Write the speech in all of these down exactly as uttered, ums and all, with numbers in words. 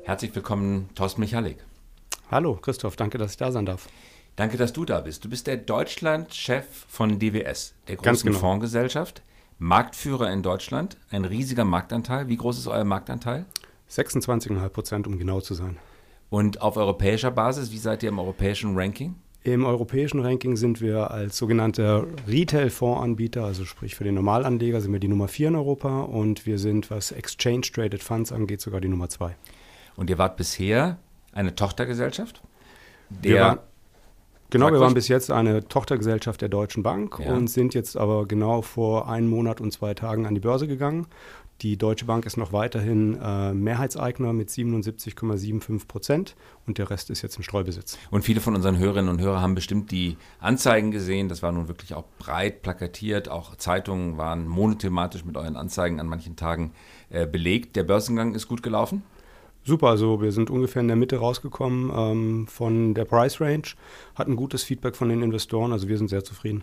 Herzlich willkommen, Thorsten Michalik. Hallo Christoph, danke, dass ich da sein darf. Danke, dass du da bist. Du bist der Deutschlandchef von D W S, der Ganz großen genau. Fondsgesellschaft, Marktführer in Deutschland, ein riesiger Marktanteil. Wie groß ist euer Marktanteil? sechsundzwanzig Komma fünf Prozent, um genau zu sein. Und auf europäischer Basis, wie seid ihr im europäischen Ranking? Im europäischen Ranking sind wir als sogenannter Retail-Fondsanbieter, also sprich für den Normalanleger, sind wir die Nummer vier in Europa und wir sind, was Exchange-Traded Funds angeht, sogar die Nummer zwei. Und ihr wart bisher eine Tochtergesellschaft? Der Wir waren, genau, Sag wir waren ruhig. bis jetzt eine Tochtergesellschaft der Deutschen Bank Ja. und sind jetzt aber genau vor einem Monat und zwei Tagen an die Börse gegangen. Die Deutsche Bank ist noch weiterhin äh, Mehrheitseigner mit siebenundsiebzig Komma fünfundsiebzig Prozent und der Rest ist jetzt im Streubesitz. Und viele von unseren Hörerinnen und Hörern haben bestimmt die Anzeigen gesehen. Das war nun wirklich auch breit plakatiert. Auch Zeitungen waren monothematisch mit euren Anzeigen an manchen Tagen äh, belegt. Der Börsengang ist gut gelaufen? Super, also wir sind ungefähr in der Mitte rausgekommen ähm, von der Price Range, hatten gutes Feedback von den Investoren, also wir sind sehr zufrieden.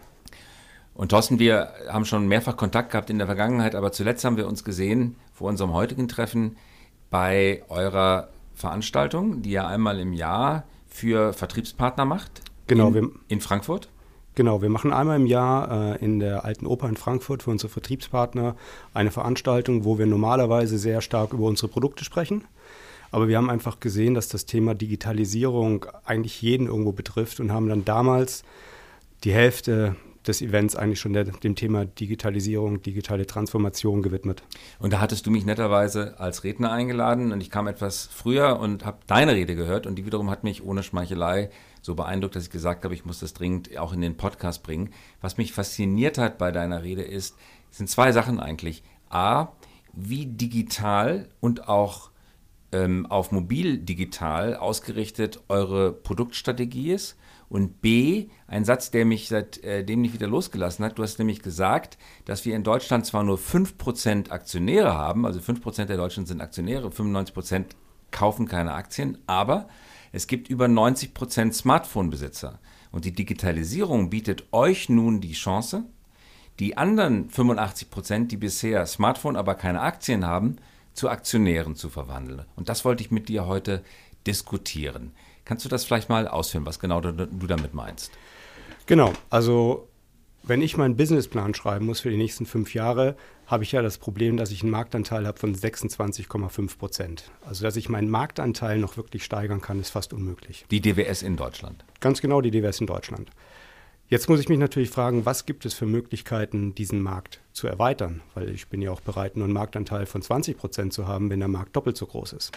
Und Thorsten, wir haben schon mehrfach Kontakt gehabt in der Vergangenheit, aber zuletzt haben wir uns gesehen vor unserem heutigen Treffen bei eurer Veranstaltung, die ihr einmal im Jahr für Vertriebspartner macht. Genau, in, wir- in Frankfurt. Genau, wir machen einmal im Jahr äh, in der Alten Oper in Frankfurt für unsere Vertriebspartner eine Veranstaltung, wo wir normalerweise sehr stark über unsere Produkte sprechen. Aber wir haben einfach gesehen, dass das Thema Digitalisierung eigentlich jeden irgendwo betrifft und haben dann damals die Hälfte des Events eigentlich schon der, dem Thema Digitalisierung, digitale Transformation gewidmet. Und da hattest du mich netterweise als Redner eingeladen und ich kam etwas früher und habe deine Rede gehört und die wiederum hat mich ohne Schmeichelei so beeindruckt, dass ich gesagt habe, ich muss das dringend auch in den Podcast bringen. Was mich fasziniert hat bei deiner Rede ist, sind zwei Sachen eigentlich. A, wie digital und auch ähm, auf mobil digital ausgerichtet eure Produktstrategie ist. Und B, ein Satz, der mich seitdem nicht wieder losgelassen hat. Du hast nämlich gesagt, dass wir in Deutschland zwar nur fünf Prozent Aktionäre haben, also fünf Prozent der Deutschen sind Aktionäre, fünfundneunzig Prozent kaufen keine Aktien, aber es gibt über neunzig Prozent Smartphone-Besitzer. Und die Digitalisierung bietet euch nun die Chance, die anderen fünfundachtzig Prozent, die bisher Smartphone, aber keine Aktien haben, zu Aktionären zu verwandeln. Und das wollte ich mit dir heute diskutieren. Kannst du das vielleicht mal ausführen, was genau du, du damit meinst? Genau, also wenn ich meinen Businessplan schreiben muss für die nächsten fünf Jahre, habe ich ja das Problem, dass ich einen Marktanteil habe von sechsundzwanzig Komma fünf Prozent. Also dass ich meinen Marktanteil noch wirklich steigern kann, ist fast unmöglich. Die D W S in Deutschland. Ganz genau die D W S in Deutschland. Jetzt muss ich mich natürlich fragen, was gibt es für Möglichkeiten, diesen Markt zu erweitern? Weil ich bin ja auch bereit, nur einen Marktanteil von zwanzig Prozent zu haben, wenn der Markt doppelt so groß ist.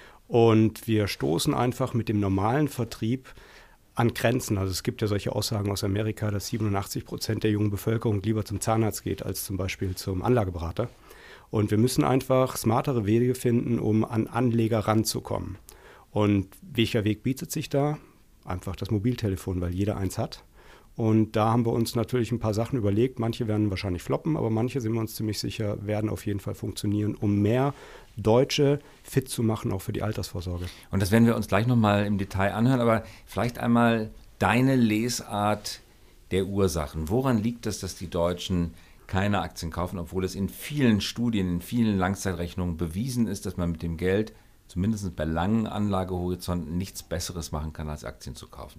Und wir stoßen einfach mit dem normalen Vertrieb an Grenzen. Also es gibt ja solche Aussagen aus Amerika, dass siebenundachtzig Prozent der jungen Bevölkerung lieber zum Zahnarzt geht, als zum Beispiel zum Anlageberater. Und wir müssen einfach smartere Wege finden, um an Anleger ranzukommen. Und welcher Weg bietet sich da? Einfach das Mobiltelefon, weil jeder eins hat. Und da haben wir uns natürlich ein paar Sachen überlegt. Manche werden wahrscheinlich floppen, aber manche, sind wir uns ziemlich sicher, werden auf jeden Fall funktionieren, um mehr Deutsche fit zu machen, auch für die Altersvorsorge. Und das werden wir uns gleich nochmal im Detail anhören, aber vielleicht einmal deine Lesart der Ursachen. Woran liegt es, dass die Deutschen keine Aktien kaufen, obwohl es in vielen Studien, in vielen Langzeitrechnungen bewiesen ist, dass man mit dem Geld, zumindest bei langen Anlagehorizonten, nichts Besseres machen kann, als Aktien zu kaufen?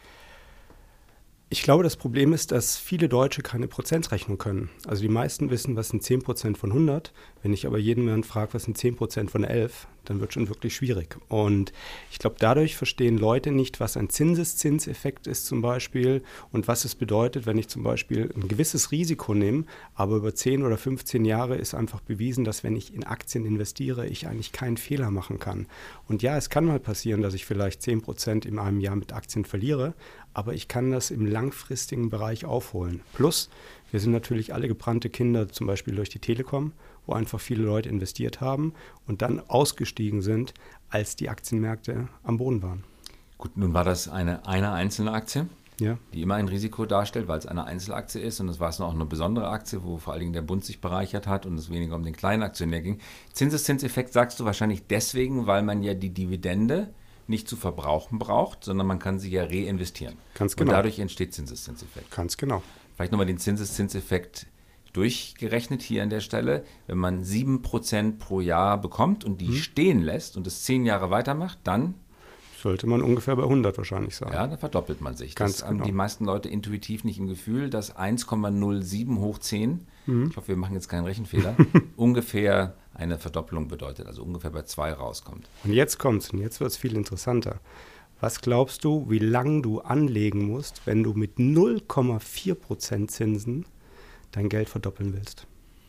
Ich glaube, das Problem ist, dass viele Deutsche keine Prozentrechnung können. Also die meisten wissen, was sind zehn Prozent von hundert. Wenn ich aber jeden frage, was sind zehn Prozent von elf, dann wird schon wirklich schwierig. Und ich glaube, dadurch verstehen Leute nicht, was ein Zinseszinseffekt ist zum Beispiel und was es bedeutet, wenn ich zum Beispiel ein gewisses Risiko nehme, aber über zehn oder fünfzehn Jahre ist einfach bewiesen, dass wenn ich in Aktien investiere, ich eigentlich keinen Fehler machen kann. Und ja, es kann mal passieren, dass ich vielleicht zehn Prozent in einem Jahr mit Aktien verliere, aber ich kann das im langfristigen Bereich aufholen. Plus, wir sind natürlich alle gebrannte Kinder, zum Beispiel durch die Telekom, wo einfach viele Leute investiert haben und dann ausgestiegen sind, als die Aktienmärkte am Boden waren. Gut, nun war das eine, eine einzelne Aktie, Ja. die immer ein Risiko darstellt, weil es eine Einzelaktie ist und es war es noch eine besondere Aktie, wo vor allen Dingen der Bund sich bereichert hat und es weniger um den kleinen Aktionär ging. Zinseszinseffekt sagst du wahrscheinlich deswegen, weil man ja die Dividende nicht zu verbrauchen braucht, sondern man kann sie ja reinvestieren. Ganz genau. Und dadurch entsteht Zinseszinseffekt. Ganz genau. Vielleicht nochmal den Zinseszinseffekt durchgerechnet hier an der Stelle, wenn man sieben Prozent pro Jahr bekommt und die hm. stehen lässt und es zehn Jahre weitermacht, dann sollte man ungefähr bei hundert wahrscheinlich sein. Ja, dann verdoppelt man sich. Ganz das haben genau. die meisten Leute intuitiv nicht im Gefühl, dass eins Komma null sieben hoch zehn, mhm. ich hoffe, wir machen jetzt keinen Rechenfehler, ungefähr eine Verdoppelung bedeutet, also ungefähr bei zwei rauskommt. Und jetzt kommt's, und jetzt wird es viel interessanter. Was glaubst du, wie lange du anlegen musst, wenn du mit null Komma vier Prozent Zinsen dein Geld verdoppeln willst?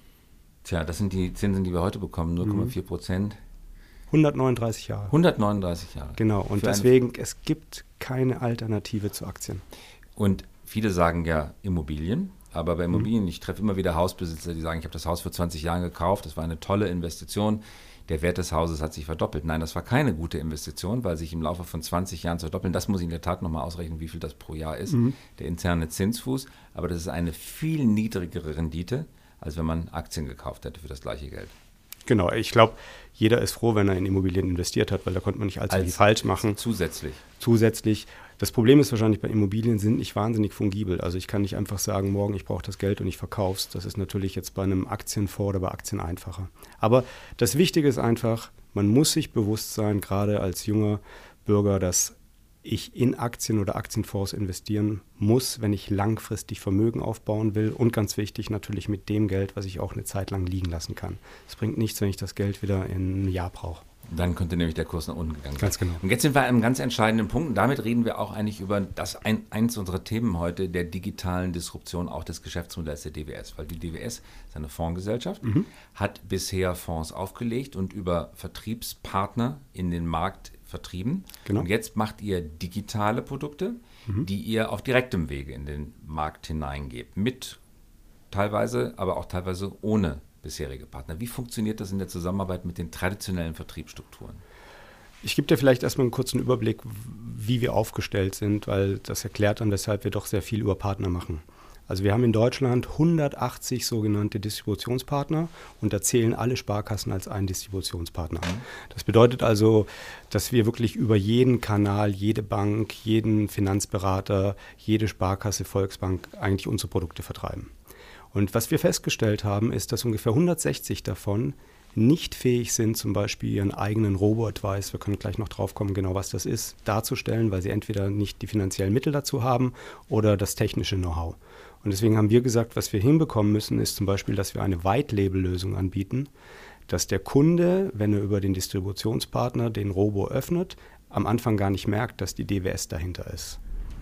Tja, das sind die Zinsen, die wir heute bekommen, null Komma vier Prozent. hundertneununddreißig Jahre. hundertneununddreißig Jahre. Genau, und Für deswegen, es gibt keine Alternative zu Aktien. Und viele sagen ja Immobilien, aber bei Immobilien, mhm. ich treffe immer wieder Hausbesitzer, die sagen, ich habe das Haus vor zwanzig Jahren gekauft, das war eine tolle Investition, der Wert des Hauses hat sich verdoppelt. Nein, das war keine gute Investition, weil sich im Laufe von zwanzig Jahren zu verdoppeln, das muss ich in der Tat nochmal ausrechnen, wie viel das pro Jahr ist, mhm. der interne Zinsfuß, aber das ist eine viel niedrigere Rendite, als wenn man Aktien gekauft hätte für das gleiche Geld. Genau, ich glaube, jeder ist froh, wenn er in Immobilien investiert hat, weil da konnte man nicht allzu Als viel falsch machen. Zusätzlich. Zusätzlich. Das Problem ist wahrscheinlich, bei Immobilien sind nicht wahnsinnig fungibel. Also ich kann nicht einfach sagen, morgen ich brauche das Geld und ich verkaufe es. Das ist natürlich jetzt bei einem Aktienfonds oder bei Aktien einfacher. Aber das Wichtige ist einfach, man muss sich bewusst sein, gerade als junger Bürger, dass ich in Aktien oder Aktienfonds investieren muss, wenn ich langfristig Vermögen aufbauen will und ganz wichtig natürlich mit dem Geld, was ich auch eine Zeit lang liegen lassen kann. Es bringt nichts, wenn ich das Geld wieder in einem Jahr brauche. Dann könnte nämlich der Kurs nach unten gegangen sein. Ganz genau. Und jetzt sind wir an einem ganz entscheidenden Punkt und damit reden wir auch eigentlich über das ein, eins unserer Themen heute, der digitalen Disruption auch des Geschäftsmodells der D W S. Weil die D W S ist eine Fondsgesellschaft, mhm. hat bisher Fonds aufgelegt und über Vertriebspartner in den Markt vertrieben. Genau. Und jetzt macht ihr digitale Produkte, mhm. die ihr auf direktem Wege in den Markt hineingebt. Mit teilweise, aber auch teilweise ohne bisherige Partner. Wie funktioniert das in der Zusammenarbeit mit den traditionellen Vertriebsstrukturen? Ich gebe dir vielleicht erstmal einen kurzen Überblick, wie wir aufgestellt sind, weil das erklärt dann, weshalb wir doch sehr viel über Partner machen. Also wir haben in Deutschland hundertachtzig sogenannte Distributionspartner und da zählen alle Sparkassen als ein Distributionspartner. Mhm. Das bedeutet also, dass wir wirklich über jeden Kanal, jede Bank, jeden Finanzberater, jede Sparkasse, Volksbank eigentlich unsere Produkte vertreiben. Und was wir festgestellt haben, ist, dass ungefähr hundertsechzig davon nicht fähig sind, zum Beispiel ihren eigenen Robo-Advice, wir können gleich noch drauf kommen, genau was das ist, darzustellen, weil sie entweder nicht die finanziellen Mittel dazu haben oder das technische Know-how. Und deswegen haben wir gesagt, was wir hinbekommen müssen, ist zum Beispiel, dass wir eine White-Label-Lösung anbieten, dass der Kunde, wenn er über den Distributionspartner den Robo öffnet, am Anfang gar nicht merkt, dass die D W S dahinter ist.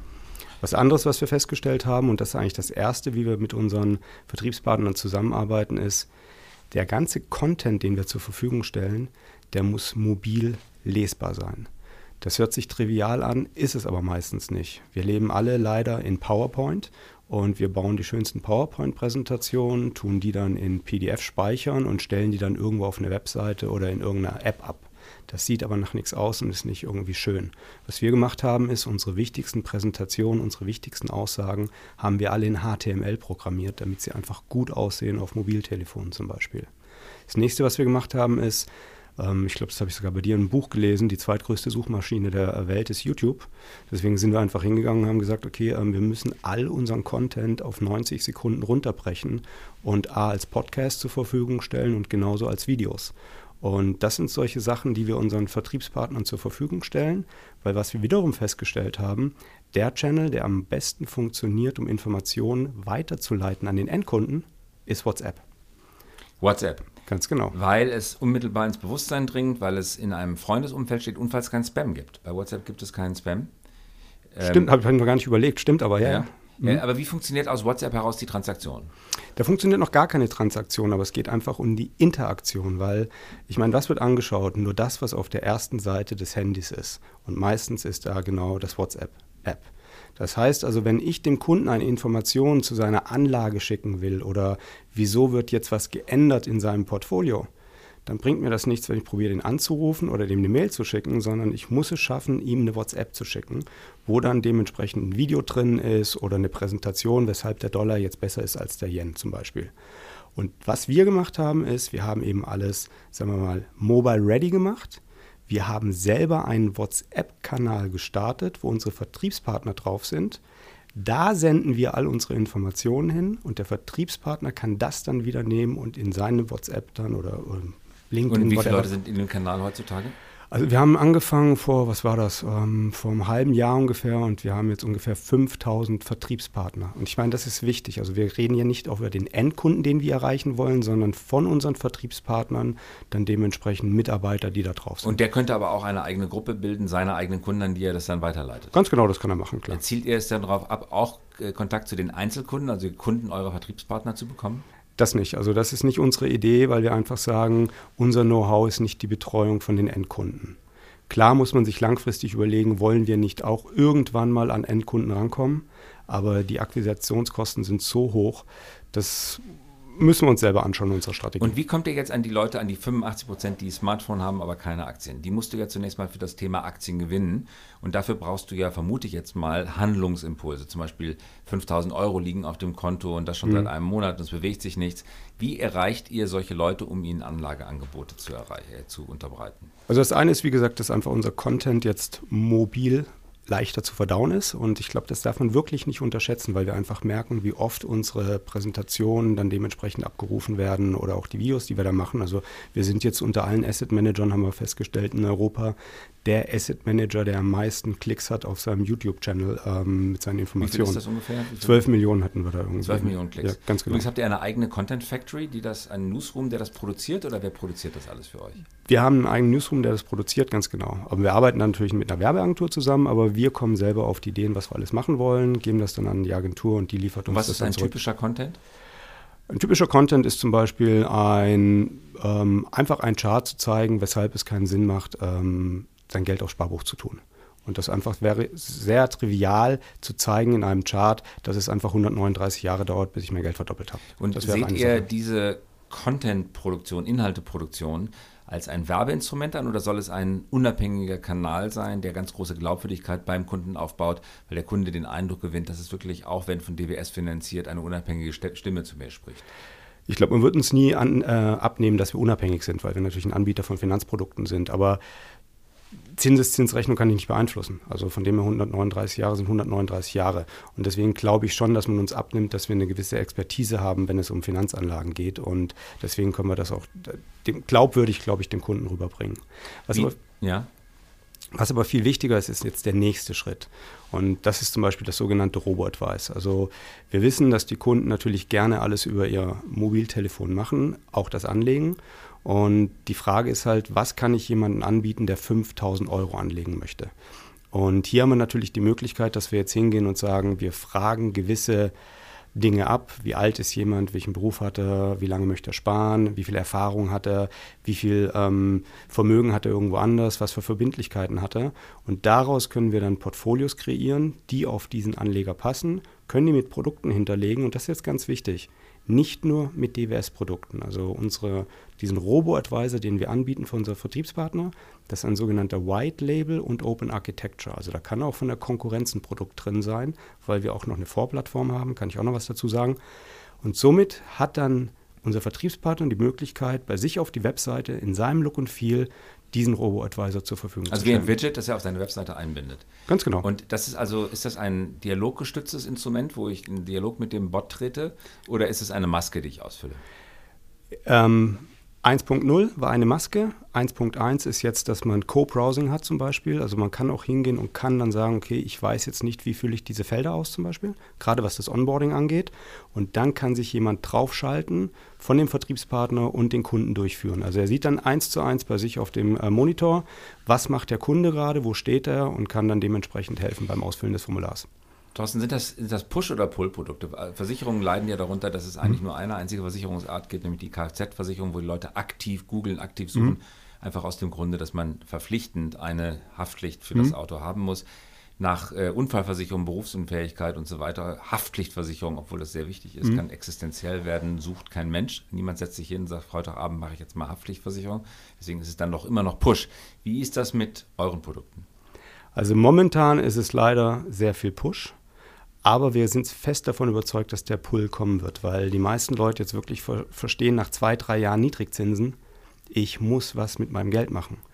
Was anderes, was wir festgestellt haben, und das ist eigentlich das Erste, wie wir mit unseren Vertriebspartnern zusammenarbeiten, ist, der ganze Content, den wir zur Verfügung stellen, der muss mobil lesbar sein. Das hört sich trivial an, ist es aber meistens nicht. Wir leben alle leider in PowerPoint und wir bauen die schönsten PowerPoint-Präsentationen, tun die dann in P D F speichern und stellen die dann irgendwo auf eine Webseite oder in irgendeiner App ab. Das sieht aber nach nichts aus und ist nicht irgendwie schön. Was wir gemacht haben, ist, unsere wichtigsten Präsentationen, unsere wichtigsten Aussagen haben wir alle in H T M L programmiert, damit sie einfach gut aussehen auf Mobiltelefonen zum Beispiel. Das nächste, was wir gemacht haben, ist, ähm, ich glaube, das habe ich sogar bei dir in einem Buch gelesen, die zweitgrößte Suchmaschine der Welt ist YouTube. Deswegen sind wir einfach hingegangen und haben gesagt, okay, ähm, wir müssen all unseren Content auf neunzig Sekunden runterbrechen und A als Podcast zur Verfügung stellen und genauso als Videos. Und das sind solche Sachen, die wir unseren Vertriebspartnern zur Verfügung stellen, weil was wir wiederum festgestellt haben, der Channel, der am besten funktioniert, um Informationen weiterzuleiten an den Endkunden, ist WhatsApp. WhatsApp. Ganz genau. Weil es unmittelbar ins Bewusstsein dringt, weil es in einem Freundesumfeld steht und weil es keinen Spam gibt. Bei WhatsApp gibt es keinen Spam. Stimmt, ähm, habe ich mir gar nicht überlegt, stimmt aber, ja. ja. Mhm. Aber wie funktioniert aus WhatsApp heraus die Transaktion? Da funktioniert noch gar keine Transaktion, aber es geht einfach um die Interaktion, weil, ich meine, was wird angeschaut? Nur das, was auf der ersten Seite des Handys ist. Und meistens ist da genau das WhatsApp-App. Das heißt also, wenn ich dem Kunden eine Information zu seiner Anlage schicken will oder wieso wird jetzt was geändert in seinem Portfolio, dann bringt mir das nichts, wenn ich probiere, den anzurufen oder dem eine Mail zu schicken, sondern ich muss es schaffen, ihm eine WhatsApp zu schicken, wo dann dementsprechend ein Video drin ist oder eine Präsentation, weshalb der Dollar jetzt besser ist als der Yen zum Beispiel. Und was wir gemacht haben, ist, wir haben eben alles, sagen wir mal, mobile ready gemacht. Wir haben selber einen WhatsApp-Kanal gestartet, wo unsere Vertriebspartner drauf sind. Da senden wir all unsere Informationen hin und der Vertriebspartner kann das dann wieder nehmen und in seine WhatsApp dann oder, oder LinkedIn. Und wie whatever. viele Leute sind in dem Kanal heutzutage? Also wir haben angefangen vor, was war das, ähm, vor einem halben Jahr ungefähr und wir haben jetzt ungefähr fünftausend Vertriebspartner. Und ich meine, das ist wichtig. Also wir reden ja nicht auch über den Endkunden, den wir erreichen wollen, sondern von unseren Vertriebspartnern dann dementsprechend Mitarbeiter, die da drauf sind. Und der könnte aber auch eine eigene Gruppe bilden, seine eigenen Kunden, an die er das dann weiterleitet. Ganz genau, das kann er machen, klar. Zielt ihr es dann darauf ab, auch äh, Kontakt zu den Einzelkunden, also die Kunden eurer Vertriebspartner zu bekommen? Das nicht. Also das ist nicht unsere Idee, weil wir einfach sagen, unser Know-how ist nicht die Betreuung von den Endkunden. Klar muss man sich langfristig überlegen, wollen wir nicht auch irgendwann mal an Endkunden rankommen, aber die Akquisitionskosten sind so hoch, das müssen wir uns selber anschauen, unsere Strategie. Und wie kommt ihr jetzt an die Leute, an die fünfundachtzig Prozent, die Smartphone haben, aber keine Aktien? Die musst du ja zunächst mal für das Thema Aktien gewinnen. Und dafür brauchst du ja, vermute ich jetzt mal, Handlungsimpulse. Zum Beispiel fünftausend Euro liegen auf dem Konto und das schon mhm. seit einem Monat und es bewegt sich nichts. Wie erreicht ihr solche Leute, um ihnen Anlageangebote zu, erreichen, äh, zu unterbreiten? Also das eine ist, wie gesagt, dass einfach unser Content jetzt mobil leichter zu verdauen ist und ich glaube, das darf man wirklich nicht unterschätzen, weil wir einfach merken, wie oft unsere Präsentationen dann dementsprechend abgerufen werden oder auch die Videos, die wir da machen. Also wir sind jetzt unter allen Asset Managern, haben wir festgestellt, in Europa der Asset Manager, der am meisten Klicks hat auf seinem YouTube-Channel ähm, mit seinen Informationen. Wie viel ist das ungefähr? Zwölf Millionen hatten wir da irgendwie. Zwölf Millionen Klicks. Ja, ganz genau. Übrigens habt ihr eine eigene Content Factory, die das, einen Newsroom, der das produziert oder wer produziert das alles für euch? Wir haben einen eigenen Newsroom, der das produziert, ganz genau. Aber wir arbeiten dann natürlich mit einer Werbeagentur zusammen, aber wir kommen selber auf die Ideen, was wir alles machen wollen, geben das dann an die Agentur und die liefert uns und was das ist ein zurück. typischer Content? Ein typischer Content ist zum Beispiel ein, ähm, einfach ein Chart zu zeigen, weshalb es keinen Sinn macht, ähm, sein Geld aufs Sparbuch zu tun. Und das einfach wäre sehr trivial zu zeigen in einem Chart, dass es einfach hundertneununddreißig Jahre dauert, bis ich mein Geld verdoppelt habe. Und das seht ihr diese Content-Produktion, Inhalteproduktion als ein Werbeinstrument an oder soll es ein unabhängiger Kanal sein, der ganz große Glaubwürdigkeit beim Kunden aufbaut, weil der Kunde den Eindruck gewinnt, dass es wirklich, auch wenn von D W S finanziert, eine unabhängige Stimme zu mir spricht? Ich glaube, man wird uns nie an, äh, abnehmen, dass wir unabhängig sind, weil wir natürlich ein Anbieter von Finanzprodukten sind, aber Zinseszinsrechnung kann ich nicht beeinflussen. Also von dem her hundertneununddreißig Jahre sind hundertneununddreißig Jahre. Und deswegen glaube ich schon, dass man uns abnimmt, dass wir eine gewisse Expertise haben, wenn es um Finanzanlagen geht. Und deswegen können wir das auch dem, glaubwürdig, glaube ich, dem Kunden rüberbringen. Was aber, ja. was aber viel wichtiger ist, ist jetzt der nächste Schritt. Und das ist zum Beispiel das sogenannte Robo-Advice. Also wir wissen, dass die Kunden natürlich gerne alles über ihr Mobiltelefon machen, auch das Anlegen. Und die Frage ist halt, was kann ich jemandem anbieten, der fünftausend Euro anlegen möchte? Und hier haben wir natürlich die Möglichkeit, dass wir jetzt hingehen und sagen, wir fragen gewisse Dinge ab. Wie alt ist jemand, welchen Beruf hat er, wie lange möchte er sparen, wie viel Erfahrung hat er, wie viel ähm, Vermögen hat er irgendwo anders, was für Verbindlichkeiten hat er. Und daraus können wir dann Portfolios kreieren, die auf diesen Anleger passen, können die mit Produkten hinterlegen. Und das ist jetzt ganz wichtig. Nicht nur mit D W S-Produkten. Also unsere, diesen Robo-Advisor, den wir anbieten für unsere Vertriebspartner, das ist ein sogenannter White Label und Open Architecture. Also da kann auch von der Konkurrenz ein Produkt drin sein, weil wir auch noch eine Vorplattform haben, kann ich auch noch was dazu sagen. Und somit hat dann unser Vertriebspartner die Möglichkeit, bei sich auf die Webseite in seinem Look und Feel diesen Robo-Advisor zur Verfügung also zu stellen. Also wie ein Widget, das er auf seine Webseite einbindet. Ganz genau. Und das ist also, ist das ein dialoggestütztes Instrument, wo ich in Dialog mit dem Bot trete, oder ist es eine Maske, die ich ausfülle? Ähm, eins Punkt null war eine Maske. eins Punkt eins ist jetzt, dass man Co-Browsing hat zum Beispiel. Also man kann auch hingehen und kann dann sagen, okay, ich weiß jetzt nicht, wie fülle ich diese Felder aus zum Beispiel, gerade was das Onboarding angeht. Und dann kann sich jemand draufschalten von dem Vertriebspartner und den Kunden durchführen. Also er sieht dann eins zu eins bei sich auf dem äh, Monitor, was macht der Kunde gerade, wo steht er und kann dann dementsprechend helfen beim Ausfüllen des Formulars. Thorsten, sind das, sind das Push- oder Pull-Produkte? Versicherungen leiden ja darunter, dass es eigentlich nur eine einzige Versicherungsart gibt, nämlich die Kfz-Versicherung, wo die Leute aktiv googeln, aktiv suchen. Mhm. Einfach aus dem Grunde, dass man verpflichtend eine Haftpflicht für mhm. das Auto haben muss. Nach äh, Unfallversicherung, Berufsunfähigkeit und so weiter, Haftpflichtversicherung, obwohl das sehr wichtig ist, mhm. kann existenziell werden, sucht kein Mensch. Niemand setzt sich hin und sagt, heute Abend mache ich jetzt mal Haftpflichtversicherung. Deswegen ist es dann doch immer noch Push. Wie ist das mit euren Produkten? Also momentan ist es leider sehr viel Push. Aber wir sind fest davon überzeugt, dass der Pull kommen wird, weil die meisten Leute jetzt wirklich ver- verstehen, nach zwei, drei Jahren Niedrigzinsen, ich muss was mit meinem Geld machen.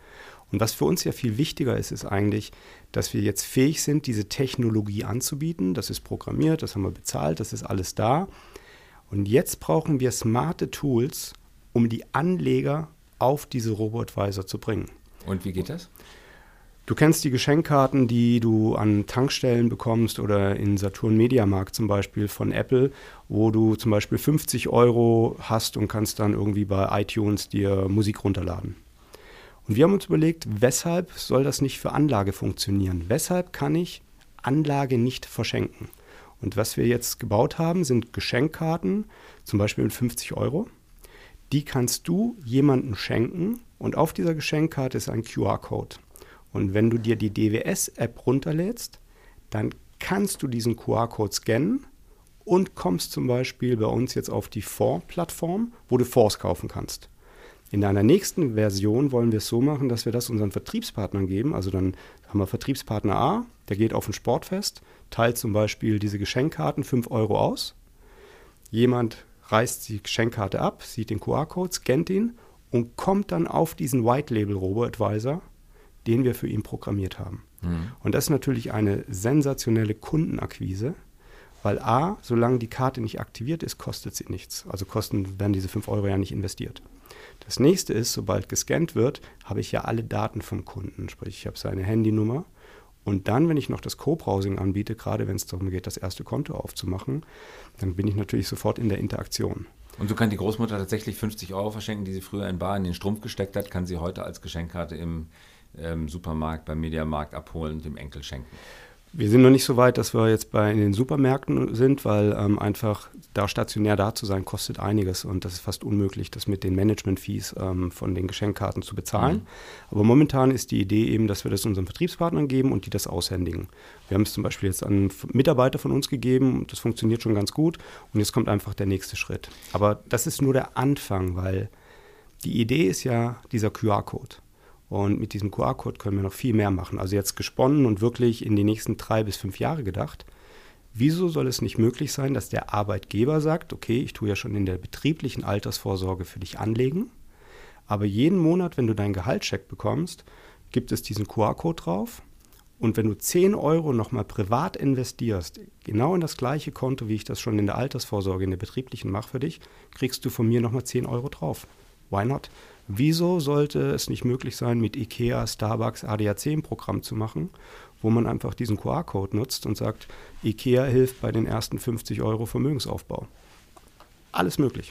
Und was für uns ja viel wichtiger ist, ist eigentlich, dass wir jetzt fähig sind, diese Technologie anzubieten. Das ist programmiert, das haben wir bezahlt, das ist alles da. Und jetzt brauchen wir smarte Tools, um die Anleger auf diese Robo-Advisor zu bringen. Und wie geht das? Du kennst die Geschenkkarten, die du an Tankstellen bekommst oder in Saturn Mediamarkt zum Beispiel von Apple, wo du zum Beispiel fünfzig Euro hast und kannst dann irgendwie bei iTunes dir Musik runterladen. Und wir haben uns überlegt, weshalb soll das nicht für Anlage funktionieren? Weshalb kann ich Anlage nicht verschenken? Und was wir jetzt gebaut haben, sind Geschenkkarten, zum Beispiel mit fünfzig Euro. Die kannst du jemandem schenken und auf dieser Geschenkkarte ist ein Q R-Code. Und wenn du dir die D W S-App runterlädst, dann kannst du diesen Q R-Code scannen und kommst zum Beispiel bei uns jetzt auf die Fonds-Plattform, wo du Fonds kaufen kannst. In einer nächsten Version wollen wir es so machen, dass wir das unseren Vertriebspartnern geben. Also dann haben wir Vertriebspartner A, der geht auf ein Sportfest, teilt zum Beispiel diese Geschenkkarten fünf Euro aus. Jemand reißt die Geschenkkarte ab, sieht den Q R-Code, scannt ihn und kommt dann auf diesen White-Label-Robo-Advisor, den wir für ihn programmiert haben. Mhm. Und das ist natürlich eine sensationelle Kundenakquise, weil A, solange die Karte nicht aktiviert ist, kostet sie nichts. Also kosten werden diese fünf Euro ja nicht investiert. Das nächste ist, sobald gescannt wird, habe ich ja alle Daten vom Kunden. Sprich, ich habe seine Handynummer. Und dann, wenn ich noch das Co-Browsing anbiete, gerade wenn es darum geht, das erste Konto aufzumachen, dann bin ich natürlich sofort in der Interaktion. Und so kann die Großmutter tatsächlich fünfzig Euro verschenken, die sie früher in bar in den Strumpf gesteckt hat, kann sie heute als Geschenkkarte im ähm, Supermarkt, beim Mediamarkt abholen und dem Enkel schenken. Wir sind noch nicht so weit, dass wir jetzt bei in den Supermärkten sind, weil ähm, einfach da stationär da zu sein, kostet einiges und das ist fast unmöglich, das mit den Management-Fees ähm, von den Geschenkkarten zu bezahlen. Mhm. Aber momentan ist die Idee eben, dass wir das unseren Vertriebspartnern geben und die das aushändigen. Wir haben es zum Beispiel jetzt an Mitarbeiter von uns gegeben und das funktioniert schon ganz gut und jetzt kommt einfach der nächste Schritt. Aber das ist nur der Anfang, weil die Idee ist ja dieser Q R-Code. Und mit diesem Q R-Code können wir noch viel mehr machen. Also jetzt gesponnen und wirklich in die nächsten drei bis fünf Jahre gedacht. Wieso soll es nicht möglich sein, dass der Arbeitgeber sagt, okay, ich tue ja schon in der betrieblichen Altersvorsorge für dich anlegen, aber jeden Monat, wenn du deinen Gehaltscheck bekommst, gibt es diesen Q R-Code drauf. Und wenn du zehn Euro nochmal privat investierst, genau in das gleiche Konto, wie ich das schon in der Altersvorsorge, in der betrieblichen mache für dich, kriegst du von mir nochmal zehn Euro drauf. Why not? Wieso sollte es nicht möglich sein, mit IKEA, Starbucks, A D A C ein Programm zu machen, wo man einfach diesen Q R-Code nutzt und sagt, IKEA hilft bei den ersten fünfzig Euro Vermögensaufbau. Alles möglich.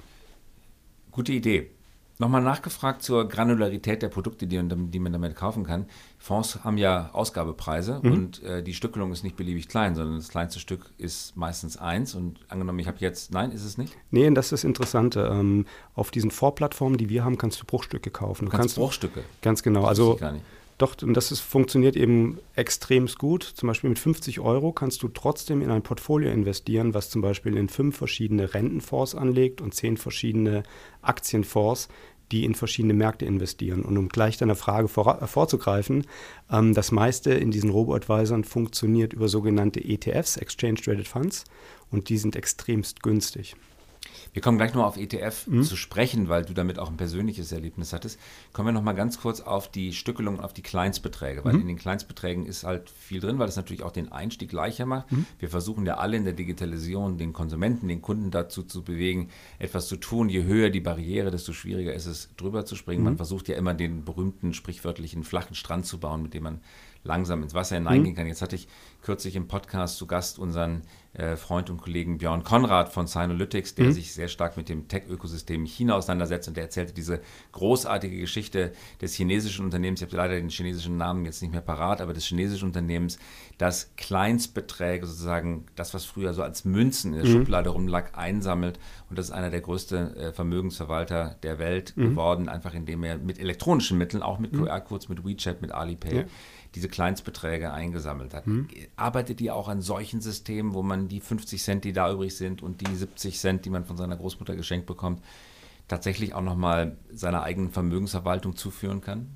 Gute Idee. Nochmal nachgefragt zur Granularität der Produkte, die, die man damit kaufen kann. Fonds haben ja Ausgabepreise mhm. und äh, die Stückelung ist nicht beliebig klein, sondern das kleinste Stück ist meistens eins. Und angenommen, ich habe jetzt, nein, ist es nicht? Nee, und das ist das Interessante. Ähm, auf diesen Vorplattformen, die wir haben, kannst du Bruchstücke kaufen. Du kannst, kannst Bruchstücke? Ganz genau. Das also ich gar nicht. Doch, und das ist, funktioniert eben extremst gut. Zum Beispiel mit fünfzig Euro kannst du trotzdem in ein Portfolio investieren, was zum Beispiel in fünf verschiedene Rentenfonds anlegt und zehn verschiedene Aktienfonds, die in verschiedene Märkte investieren. Und um gleich deiner Frage vor, äh, vorzugreifen, ähm, das meiste in diesen Robo-Advisern funktioniert über sogenannte E T Fs, Exchange Traded Funds, und die sind extremst günstig. Wir kommen gleich noch auf E T F mhm. zu sprechen, weil du damit auch ein persönliches Erlebnis hattest. Kommen wir noch mal ganz kurz auf die Stückelung, auf die Kleinstbeträge, weil mhm. in den Kleinstbeträgen ist halt viel drin, weil das natürlich auch den Einstieg leichter macht. Mhm. Wir versuchen ja alle in der Digitalisierung den Konsumenten, den Kunden dazu zu bewegen, etwas zu tun. Je höher die Barriere, desto schwieriger ist es, drüber zu springen. Mhm. Man versucht ja immer den berühmten, sprichwörtlichen flachen Strand zu bauen, mit dem man langsam ins Wasser hineingehen mhm. kann. Jetzt hatte ich kürzlich im Podcast zu Gast unseren äh, Freund und Kollegen Björn Konrad von Synolytics, der mhm. sich sehr stark mit dem Tech-Ökosystem in China auseinandersetzt, und der erzählte diese großartige Geschichte des chinesischen Unternehmens, ich habe leider den chinesischen Namen jetzt nicht mehr parat, aber des chinesischen Unternehmens, das Kleinstbeträge sozusagen, das, was früher so als Münzen in der mhm. Schublade rumlag, einsammelt, und das ist einer der größten äh, Vermögensverwalter der Welt mhm. geworden, einfach indem er mit elektronischen Mitteln, auch mit mhm. Q R-Codes, mit WeChat, mit Alipay, ja. diese Kleinstbeträge eingesammelt hat. Mhm. Arbeitet ihr auch an solchen Systemen, wo man die fünfzig Cent, die da übrig sind, und die siebzig Cent, die man von seiner Großmutter geschenkt bekommt, tatsächlich auch nochmal seiner eigenen Vermögensverwaltung zuführen kann?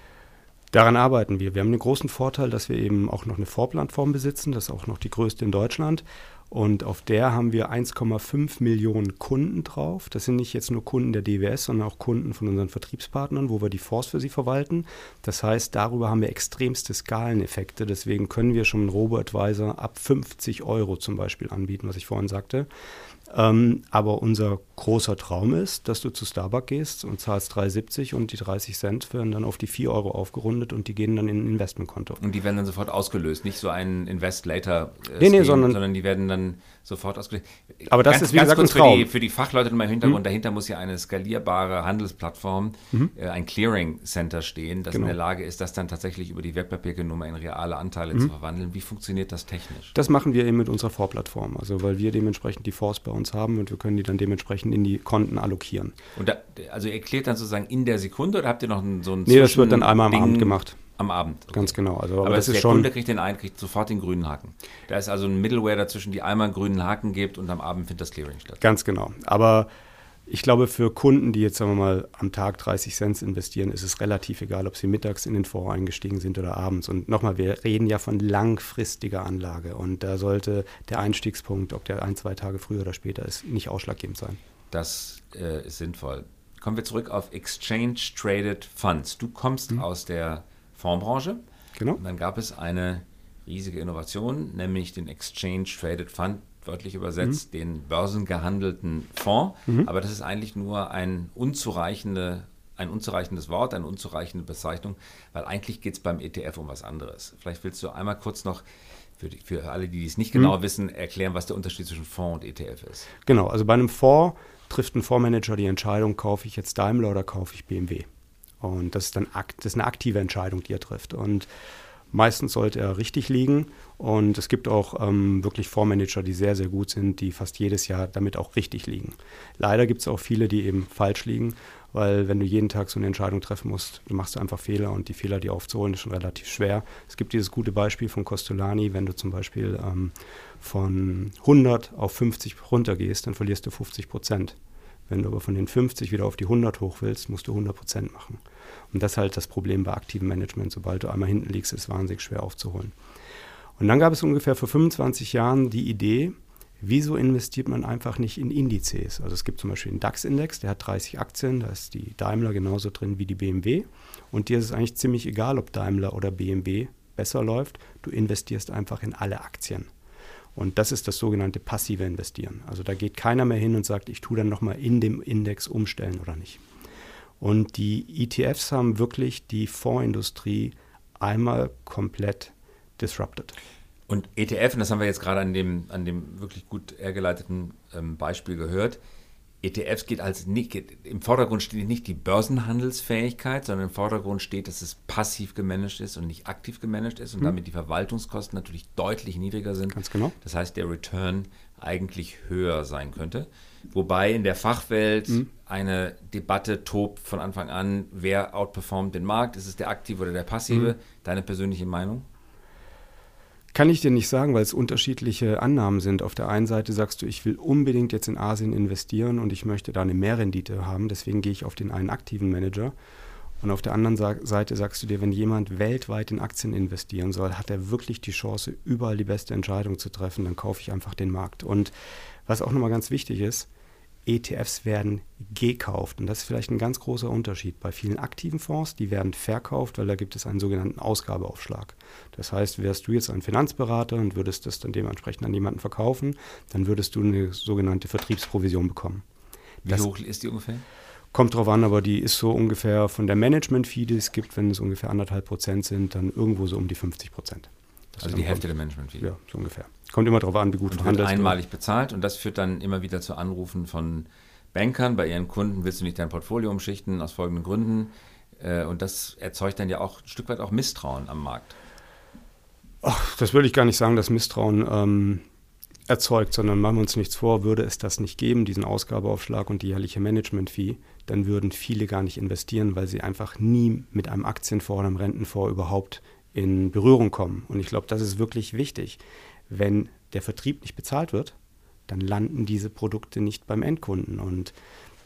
Daran arbeiten wir. Wir haben den großen Vorteil, dass wir eben auch noch eine Vorplattform besitzen. Das ist auch noch die größte in Deutschland. Und auf der haben wir eins Komma fünf Millionen Kunden drauf. Das sind nicht jetzt nur Kunden der D W S, sondern auch Kunden von unseren Vertriebspartnern, wo wir die Fonds für sie verwalten. Das heißt, darüber haben wir extremste Skaleneffekte. Deswegen können wir schon einen Robo-Advisor ab fünfzig Euro zum Beispiel anbieten, was ich vorhin sagte. Ähm, aber unser großer Traum ist, dass du zu Starbucks gehst und zahlst drei siebzig und die dreißig Cent werden dann auf die vier Euro aufgerundet und die gehen dann in ein Investmentkonto. Und die werden dann sofort ausgelöst, nicht so ein Invest-Later-Scheme, nee, nee, sondern, sondern die werden dann sofort ausgelöst. Aber das ganz, ist wie ganz gesagt kurz ein Traum. Für die, für die Fachleute in meinem Hintergrund, mhm. dahinter muss ja eine skalierbare Handelsplattform, mhm. äh, ein Clearing-Center stehen, das genau. in der Lage ist, das dann tatsächlich über die Wertpapiergenummer in reale Anteile mhm. zu verwandeln. Wie funktioniert das technisch? Das machen wir eben mit unserer Vorplattform, also weil wir dementsprechend die Fonds bei uns haben und wir können die dann dementsprechend in die Konten allokieren. Und da, also ihr erklärt dann sozusagen in der Sekunde oder habt ihr noch einen, so ein Nee, das wird dann einmal am Ding Abend gemacht. Am Abend. Okay. Ganz genau. Also, aber aber das der ist schon, Kunde kriegt den einen, kriegt sofort den grünen Haken. Da ist also ein Middleware dazwischen, die einmal einen grünen Haken gibt und am Abend findet das Clearing statt. Ganz genau. Aber ich glaube, für Kunden, die jetzt, sagen wir mal, am Tag dreißig Cent investieren, ist es relativ egal, ob sie mittags in den Fonds eingestiegen sind oder abends. Und nochmal, wir reden ja von langfristiger Anlage. Und da sollte der Einstiegspunkt, ob der ein, zwei Tage früher oder später ist, nicht ausschlaggebend sein. Das äh, ist sinnvoll. Kommen wir zurück auf Exchange Traded Funds. Du kommst mhm. aus der Fondsbranche. Genau. Und dann gab es eine riesige Innovation, nämlich den Exchange Traded Fund, wörtlich übersetzt, mhm. den börsengehandelten Fonds. Mhm. Aber das ist eigentlich nur ein, unzureichende, ein unzureichendes Wort, eine unzureichende Bezeichnung, weil eigentlich geht es beim E T F um was anderes. Vielleicht willst du einmal kurz noch für, die, für alle, die es nicht genau mhm. wissen, erklären, was der Unterschied zwischen Fonds und E T F ist. Genau, also bei einem Fonds trifft ein Fondsmanager die Entscheidung, kaufe ich jetzt Daimler oder kaufe ich B M W. Und das ist dann das ist eine aktive Entscheidung, die er trifft. Und meistens sollte er richtig liegen. Und es gibt auch ähm, wirklich Fondsmanager, die sehr, sehr gut sind, die fast jedes Jahr damit auch richtig liegen. Leider gibt es auch viele, die eben falsch liegen, weil wenn du jeden Tag so eine Entscheidung treffen musst, dann machst du einfach Fehler und die Fehler, die aufzuholen, ist schon relativ schwer. Es gibt dieses gute Beispiel von Costolani, wenn du zum Beispiel ähm, von hundert auf fünfzig runtergehst, dann verlierst du fünfzig Prozent. Wenn du aber von den fünfzig wieder auf die hundert hoch willst, musst du hundert Prozent machen. Und das ist halt das Problem bei aktivem Management. Sobald du einmal hinten liegst, ist es wahnsinnig schwer aufzuholen. Und dann gab es ungefähr vor fünfundzwanzig Jahren die Idee, wieso investiert man einfach nicht in Indizes? Also es gibt zum Beispiel einen DAX-Index, der hat dreißig Aktien, da ist die Daimler genauso drin wie die B M W. Und dir ist es eigentlich ziemlich egal, ob Daimler oder B M W besser läuft. Du investierst einfach in alle Aktien. Und das ist das sogenannte passive Investieren. Also da geht keiner mehr hin und sagt, ich tue dann nochmal in dem Index umstellen oder nicht. Und die E T Fs haben wirklich die Fondsindustrie einmal komplett disrupted. Und E T F, und das haben wir jetzt gerade an dem, an dem wirklich gut hergeleiteten ähm, Beispiel gehört, E T Fs geht als nicht, geht, im Vordergrund steht nicht die Börsenhandelsfähigkeit, sondern im Vordergrund steht, dass es passiv gemanagt ist und nicht aktiv gemanagt ist und mhm. damit die Verwaltungskosten natürlich deutlich niedriger sind. Ganz genau. Das heißt, der Return eigentlich höher sein könnte. Wobei in der Fachwelt mhm. eine Debatte tobt von Anfang an, wer outperformt den Markt, ist es der aktive oder der passive? Mhm. Deine persönliche Meinung? Kann ich dir nicht sagen, weil es unterschiedliche Annahmen sind. Auf der einen Seite sagst du, ich will unbedingt jetzt in Asien investieren und ich möchte da eine Mehrrendite haben, deswegen gehe ich auf den einen aktiven Manager. Und auf der anderen Seite sagst du dir, wenn jemand weltweit in Aktien investieren soll, hat er wirklich die Chance, überall die beste Entscheidung zu treffen, dann kaufe ich einfach den Markt. Und was auch nochmal ganz wichtig ist, E T Fs werden gekauft und das ist vielleicht ein ganz großer Unterschied. Bei vielen aktiven Fonds, die werden verkauft, weil da gibt es einen sogenannten Ausgabeaufschlag. Das heißt, wärst du jetzt ein Finanzberater und würdest das dann dementsprechend an jemanden verkaufen, dann würdest du eine sogenannte Vertriebsprovision bekommen. Wie das hoch ist die ungefähr? Kommt drauf an, aber die ist so ungefähr von der Management-Fee, die es gibt, wenn es ungefähr anderthalb Prozent sind, dann irgendwo so um die fünfzig Prozent. Also die Hälfte der Management-Fee? Ja, so ungefähr. Kommt immer darauf an, wie gut und verhandelst wird einmalig du. bezahlt und das führt dann immer wieder zu Anrufen von Bankern bei ihren Kunden, willst du nicht dein Portfolio umschichten, aus folgenden Gründen. Und das erzeugt dann ja auch ein Stück weit auch Misstrauen am Markt. Ach, das würde ich gar nicht sagen, dass Misstrauen ähm, erzeugt, sondern machen wir uns nichts vor, würde es das nicht geben, diesen Ausgabeaufschlag und die jährliche Management-Fee, dann würden viele gar nicht investieren, weil sie einfach nie mit einem Aktienfonds oder einem Rentenfonds überhaupt in Berührung kommen. Und ich glaube, das ist wirklich wichtig. Wenn der Vertrieb nicht bezahlt wird, dann landen diese Produkte nicht beim Endkunden. Und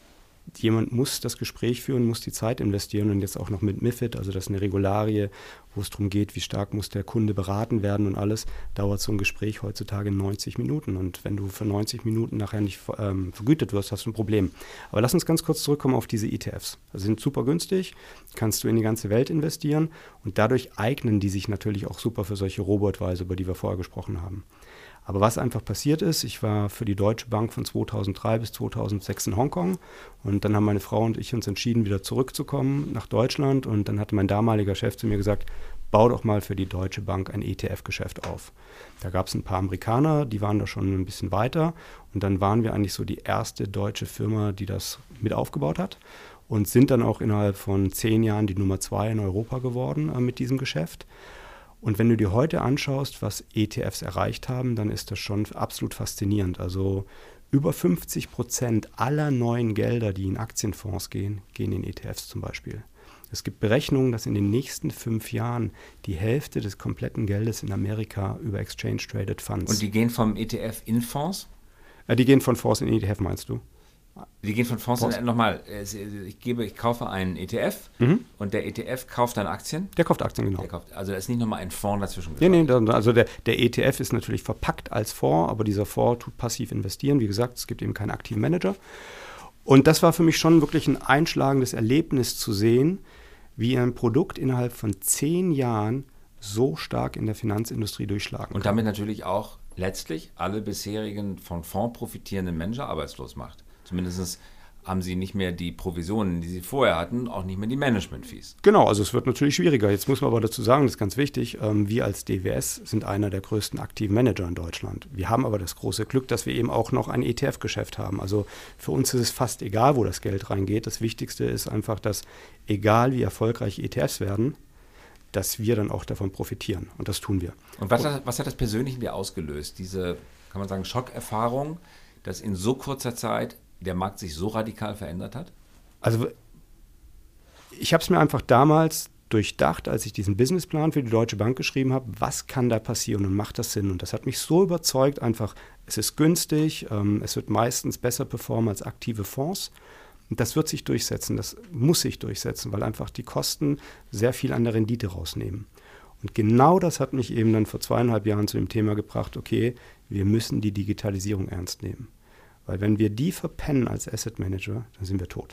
jemand muss das Gespräch führen, muss die Zeit investieren und jetzt auch noch mit MiFID, also das ist eine Regularie, wo es darum geht, wie stark muss der Kunde beraten werden und alles, dauert so ein Gespräch heutzutage neunzig Minuten und wenn du für neunzig Minuten nachher nicht ähm, vergütet wirst, hast du ein Problem. Aber lass uns ganz kurz zurückkommen auf diese E T Fs. Also sind super günstig, kannst du in die ganze Welt investieren und dadurch eignen die sich natürlich auch super für solche Robo-Advisor, über die wir vorher gesprochen haben. Aber was einfach passiert ist, ich war für die Deutsche Bank von zweitausenddrei bis zweitausendsechs in Hongkong und dann haben meine Frau und ich uns entschieden, wieder zurückzukommen nach Deutschland und dann hatte mein damaliger Chef zu mir gesagt, bau doch mal für die Deutsche Bank ein E T F-Geschäft auf. Da gab es ein paar Amerikaner, die waren da schon ein bisschen weiter und dann waren wir eigentlich so die erste deutsche Firma, die das mit aufgebaut hat und sind dann auch innerhalb von zehn Jahren die Nummer zwei in Europa geworden äh, mit diesem Geschäft. Und wenn du dir heute anschaust, was E T Fs erreicht haben, dann ist das schon absolut faszinierend. Also über fünfzig Prozent aller neuen Gelder, die in Aktienfonds gehen, gehen in E T Fs zum Beispiel. Es gibt Berechnungen, dass in den nächsten fünf Jahren die Hälfte des kompletten Geldes in Amerika über Exchange-Traded Funds. Und die gehen vom E T F in Fonds? Äh, die gehen von Fonds in E T F, meinst du? Die gehen von Fonds, Fonds. in, nochmal, ich gebe, ich kaufe einen E T F mhm. und der E T F kauft dann Aktien? Der kauft Aktien, genau. Der kauft, also da ist nicht nochmal ein Fonds dazwischen geschaut. Nee, nee, also der, der E T F ist natürlich verpackt als Fonds, aber dieser Fonds tut passiv investieren. Wie gesagt, es gibt eben keinen aktiven Manager. Und das war für mich schon wirklich ein einschlagendes Erlebnis zu sehen, wie ein Produkt innerhalb von zehn Jahren so stark in der Finanzindustrie durchschlagen kann. Und damit natürlich auch letztlich alle bisherigen von Fonds profitierenden Menschen arbeitslos macht. Zumindest haben sie nicht mehr die Provisionen, die sie vorher hatten, auch nicht mehr die Management-Fees. Genau, also es wird natürlich schwieriger. Jetzt muss man aber dazu sagen, das ist ganz wichtig, ähm, wir als D W S sind einer der größten aktiven Manager in Deutschland. Wir haben aber das große Glück, dass wir eben auch noch ein E T F-Geschäft haben. Also für uns ist es fast egal, wo das Geld reingeht. Das Wichtigste ist einfach, dass egal wie erfolgreich E T Fs werden, dass wir dann auch davon profitieren. Und das tun wir. Und was, was hat das persönlich in dir ausgelöst? Diese, kann man sagen, Schockerfahrung, dass in so kurzer Zeit der Markt sich so radikal verändert hat? Also ich habe es mir einfach damals durchdacht, als ich diesen Businessplan für die Deutsche Bank geschrieben habe, was kann da passieren und macht das Sinn? Und das hat mich so überzeugt, einfach, es ist günstig, ähm, es wird meistens besser performen als aktive Fonds. Und das wird sich durchsetzen, das muss sich durchsetzen, weil einfach die Kosten sehr viel an der Rendite rausnehmen. Und genau das hat mich eben dann vor zweieinhalb Jahren zu dem Thema gebracht, okay, wir müssen die Digitalisierung ernst nehmen. Weil wenn wir die verpennen als Asset Manager, dann sind wir tot.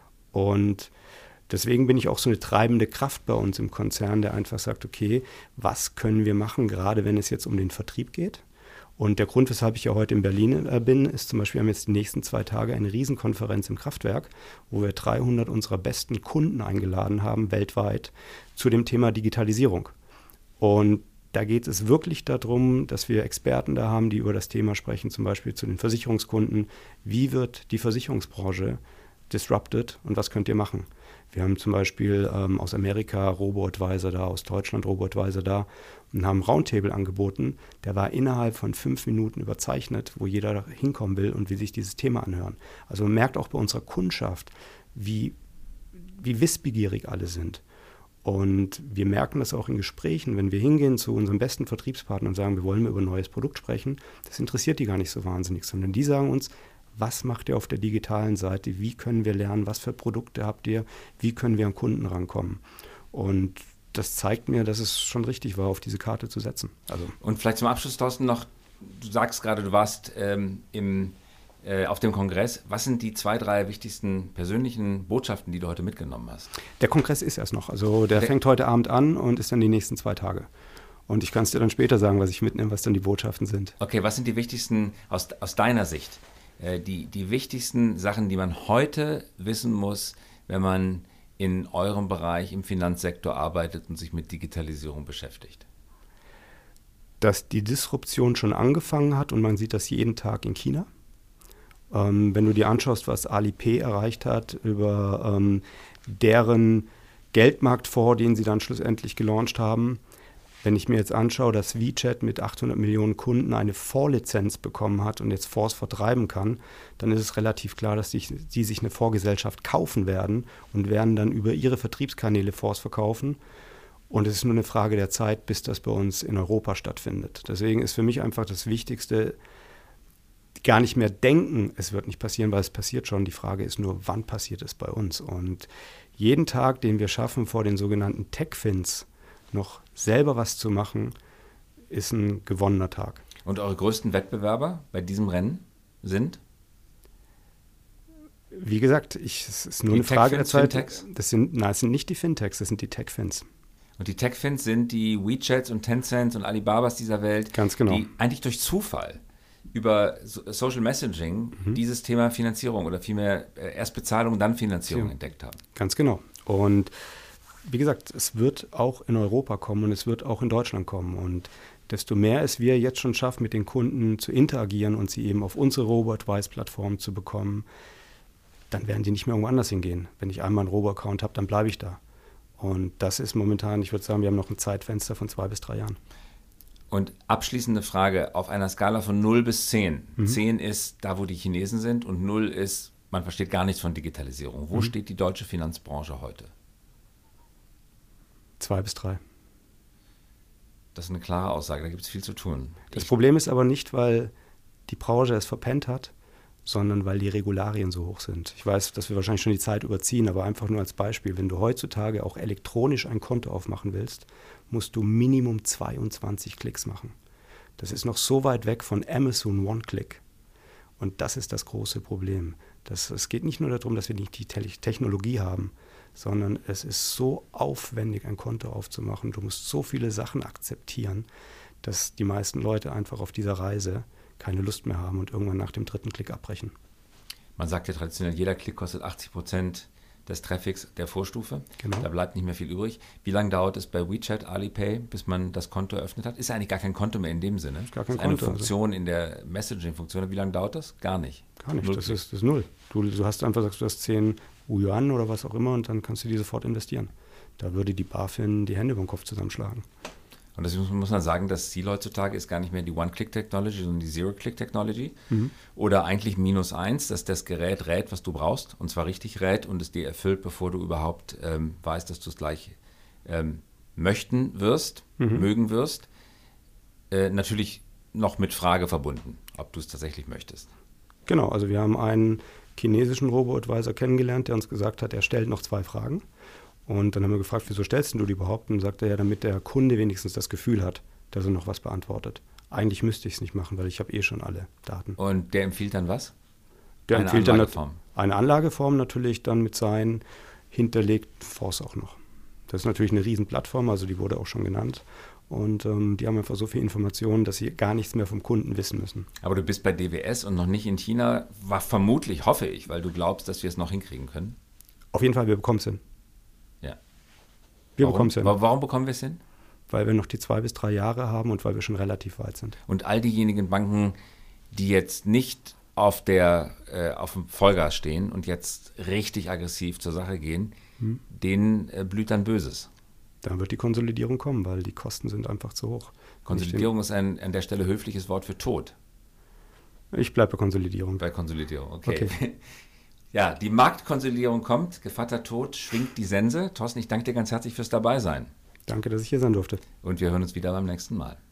Und deswegen bin ich auch so eine treibende Kraft bei uns im Konzern, der einfach sagt, okay, was können wir machen, gerade wenn es jetzt um den Vertrieb geht. Und der Grund, weshalb ich ja heute in Berlin äh, bin, ist zum Beispiel, wir haben jetzt die nächsten zwei Tage eine Riesenkonferenz im Kraftwerk, wo wir dreihundert unserer besten Kunden eingeladen haben, weltweit, zu dem Thema Digitalisierung. Und da geht es wirklich darum, dass wir Experten da haben, die über das Thema sprechen, zum Beispiel zu den Versicherungskunden. Wie wird die Versicherungsbranche disrupted und was könnt ihr machen? Wir haben zum Beispiel ähm, aus Amerika Robo-Advisor da, aus Deutschland Robo-Advisor da und haben einen Roundtable angeboten. Der war innerhalb von fünf Minuten überzeichnet, wo jeder hinkommen will und will sich dieses Thema anhören. Also man merkt auch bei unserer Kundschaft, wie, wie wissbegierig alle sind. Und wir merken das auch in Gesprächen, wenn wir hingehen zu unserem besten Vertriebspartner und sagen, wir wollen über ein neues Produkt sprechen, das interessiert die gar nicht so wahnsinnig, sondern die sagen uns, was macht ihr auf der digitalen Seite, wie können wir lernen, was für Produkte habt ihr, wie können wir an Kunden rankommen. Und das zeigt mir, dass es schon richtig war, auf diese Karte zu setzen. Also. Und vielleicht zum Abschluss, Thorsten, noch, du sagst gerade, du warst ähm, im auf dem Kongress. Was sind die zwei, drei wichtigsten persönlichen Botschaften, die du heute mitgenommen hast? Der Kongress ist erst noch. Also der, der fängt heute Abend an und ist dann die nächsten zwei Tage. Und ich kann es dir dann später sagen, was ich mitnehme, was dann die Botschaften sind. Okay, was sind die wichtigsten, aus, aus deiner Sicht, äh, die, die wichtigsten Sachen, die man heute wissen muss, wenn man in eurem Bereich im Finanzsektor arbeitet und sich mit Digitalisierung beschäftigt? Dass die Disruption schon angefangen hat und man sieht das jeden Tag in China. Ähm, wenn du dir anschaust, was Alipay erreicht hat über ähm, deren Geldmarktfonds, den sie dann schlussendlich gelauncht haben. Wenn ich mir jetzt anschaue, dass WeChat mit achthundert Millionen Kunden eine Vorlizenz bekommen hat und jetzt Fonds vertreiben kann, dann ist es relativ klar, dass die, die sich eine Fondsgesellschaft kaufen werden und werden dann über ihre Vertriebskanäle Fonds verkaufen. Und es ist nur eine Frage der Zeit, bis das bei uns in Europa stattfindet. Deswegen ist für mich einfach das Wichtigste, gar nicht mehr denken, es wird nicht passieren, weil es passiert schon. Die Frage ist nur, wann passiert es bei uns? Und jeden Tag, den wir schaffen, vor den sogenannten Tech-Fins noch selber was zu machen, ist ein gewonnener Tag. Und eure größten Wettbewerber bei diesem Rennen sind? Wie gesagt, ich, es ist nur die eine Frage der Zeit. Fintechs? Das sind, nein, es sind nicht die Fintechs, das sind die Tech-Fins. Und die Tech-Fins sind die WeChats und Tencents und Alibabas dieser Welt, Ganz genau. die eigentlich durch Zufall über Social Messaging mhm. dieses Thema Finanzierung oder vielmehr erst Bezahlung, dann Finanzierung ja. entdeckt haben. Ganz genau. Und wie gesagt, es wird auch in Europa kommen und es wird auch in Deutschland kommen. Und desto mehr es wir jetzt schon schaffen, mit den Kunden zu interagieren und sie eben auf unsere Robo-Advice-Plattform zu bekommen, dann werden die nicht mehr irgendwo anders hingehen. Wenn ich einmal einen Robo-Account habe, dann bleibe ich da. Und das ist momentan, ich würde sagen, wir haben noch ein Zeitfenster von zwei bis drei Jahren. Und abschließende Frage, auf einer Skala von null bis zehn. Mhm. zehn ist da, wo die Chinesen sind und null ist, man versteht gar nichts von Digitalisierung. Wo mhm. steht die deutsche Finanzbranche heute? Zwei bis drei. Das ist eine klare Aussage, da gibt es viel zu tun. Das ich Problem ist aber nicht, weil die Branche es verpennt hat, sondern weil die Regularien so hoch sind. Ich weiß, dass wir wahrscheinlich schon die Zeit überziehen, aber einfach nur als Beispiel, wenn du heutzutage auch elektronisch ein Konto aufmachen willst, musst du Minimum zweiundzwanzig Klicks machen. Das ist noch so weit weg von Amazon One-Click. Und das ist das große Problem. Das, es geht nicht nur darum, dass wir nicht die Te- Technologie haben, sondern es ist so aufwendig, ein Konto aufzumachen. Du musst so viele Sachen akzeptieren, dass die meisten Leute einfach auf dieser Reise keine Lust mehr haben und irgendwann nach dem dritten Klick abbrechen. Man sagt ja traditionell, jeder Klick kostet achtzig Prozent des Traffics der Vorstufe. Genau. Da bleibt nicht mehr viel übrig. Wie lange dauert es bei WeChat, Alipay, bis man das Konto eröffnet hat? Ist ja eigentlich gar kein Konto mehr in dem Sinne. Gar kein das ist eine Konto, Funktion also. in der Messaging-Funktion. Wie lange dauert das? Gar nicht. Gar nicht, das ist, das ist null. Du, du hast einfach, sagst du hast zehn Yuan oder was auch immer und dann kannst du die sofort investieren. Da würde die BaFin die Hände über den Kopf zusammenschlagen. Und deswegen muss man sagen, das Ziel heutzutage ist gar nicht mehr die One-Click-Technology, sondern die Zero-Click-Technology. Mhm. Oder eigentlich minus eins, dass das Gerät rät, was du brauchst, und zwar richtig rät und es dir erfüllt, bevor du überhaupt ähm, weißt, dass du es gleich ähm, möchten wirst, mhm. mögen wirst. Äh, natürlich noch mit Frage verbunden, ob du es tatsächlich möchtest. Genau, also wir haben einen chinesischen Robo-Advisor kennengelernt, der uns gesagt hat, er stellt noch zwei Fragen. Und dann haben wir gefragt, wieso stellst du die überhaupt? Und sagt er ja, damit der Kunde wenigstens das Gefühl hat, dass er noch was beantwortet. Eigentlich müsste ich es nicht machen, weil ich habe eh schon alle Daten. Und der empfiehlt dann was? Der eine empfiehlt Anlageform. Dann eine Anlageform natürlich dann mit seinen hinterlegten Fonds auch noch. Das ist natürlich eine Riesenplattform, also die wurde auch schon genannt. Und ähm, die haben einfach so viel Informationen, dass sie gar nichts mehr vom Kunden wissen müssen. Aber du bist bei D W S und noch nicht in China, war vermutlich, hoffe ich, weil du glaubst, dass wir es noch hinkriegen können. Auf jeden Fall, wir bekommen es hin. Ja. Wir bekommen es hin. Warum bekommen wir es hin? Weil wir noch die zwei bis drei Jahre haben und weil wir schon relativ weit sind. Und all diejenigen Banken, die jetzt nicht auf, der, äh, auf dem Vollgas stehen und jetzt richtig aggressiv zur Sache gehen, hm. denen äh, blüht dann Böses. Dann wird die Konsolidierung kommen, weil die Kosten sind einfach zu hoch. Konsolidierung ist ein, an der Stelle höfliches Wort für Tod. Ich bleibe bei Konsolidierung. Bei Konsolidierung, okay. okay. Ja, die Marktkonsolidierung kommt, Gevatter Tod, schwingt die Sense. Thorsten, ich danke dir ganz herzlich fürs Dabeisein. Danke, dass ich hier sein durfte. Und wir hören uns wieder beim nächsten Mal.